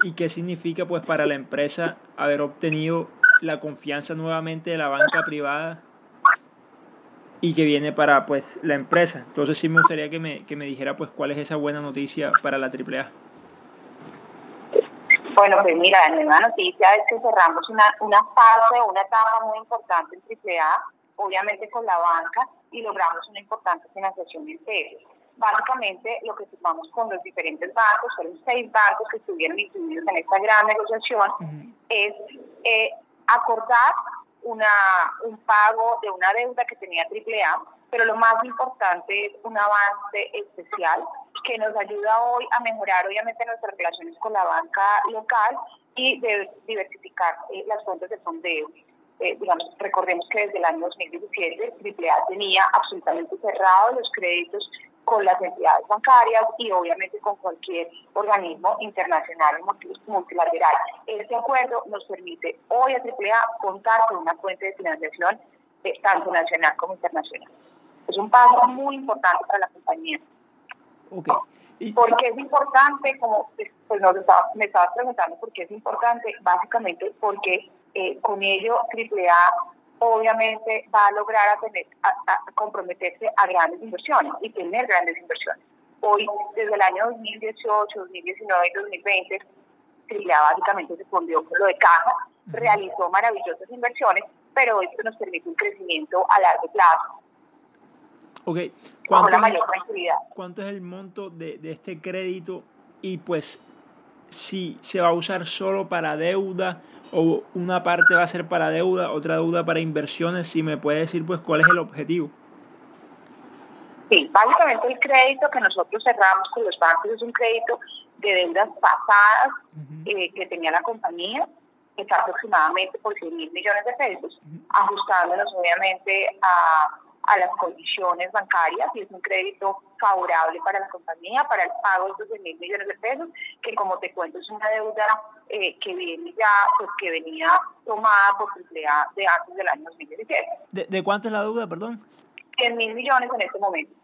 y qué significa pues para la empresa haber obtenido la confianza nuevamente de la banca privada y que viene para pues la empresa. Entonces sí me gustaría que me dijera pues cuál es esa buena noticia para la AAA. Bueno, pues mira, la nueva noticia es que cerramos una fase o una etapa muy importante en AAA, obviamente con la banca, y logramos una importante financiación en serio. Básicamente, lo que firmamos con los diferentes bancos, fueron 6 bancos que estuvieron incluidos en esta gran negociación, es acordar un pago de una deuda que tenía AAA, pero lo más importante es un avance especial que nos ayuda hoy a mejorar obviamente nuestras relaciones con la banca local y de diversificar las fuentes de fondeo. Digamos, recordemos que desde el año 2017 AAA tenía absolutamente cerrados los créditos con las entidades bancarias y obviamente con cualquier organismo internacional o multilateral. Este acuerdo nos permite hoy a AAA contar con una fuente de financiación tanto nacional como internacional. Es un paso muy importante para la compañía. Okay. ¿Por qué es importante? Como pues me estabas preguntando por qué es importante, básicamente porque con ello AAA obviamente va a lograr a comprometerse a grandes inversiones y tener grandes inversiones. Hoy, desde el año 2018, 2019 y 2020, AAA básicamente se fondeó con lo de caja, realizó maravillosas inversiones, pero esto nos permite un crecimiento a largo plazo. Okay. ¿Cuánto es el monto de este crédito? Y pues si se va a usar solo para deuda o una parte va a ser para deuda, otra deuda para inversiones, si me puede decir pues cuál es el objetivo. Sí, básicamente el crédito que nosotros cerramos con los bancos es un crédito de deudas pasadas que tenía la compañía, que está aproximadamente por 100.000 millones de pesos, ajustándonos obviamente a las condiciones bancarias, y es un crédito favorable para la compañía, para el pago de estos 100.000 millones de pesos, que como te cuento es una deuda que viene ya, pues que venía tomada por AAA de antes del año 2017. ¿De cuánto es la deuda, perdón? 100.000 millones en este momento.